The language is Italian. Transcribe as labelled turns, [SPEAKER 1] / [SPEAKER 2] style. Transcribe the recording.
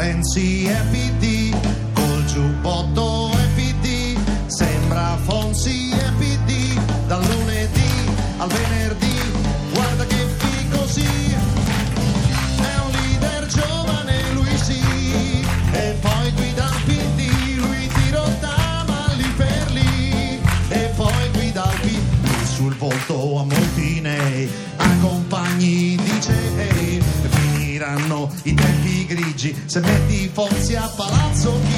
[SPEAKER 1] Renzi e PD, col giubbotto e PD, sembra Fonsi e PD, dal lunedì al venerdì, guarda che figo sì, è un leader giovane lui sì, e poi guida il PD, lui ti rottama lì per lì, e poi guida il PD, sul volto a molti nei, a compagni dice finiranno i tempi grigi, se metti Fonsi a Palazzo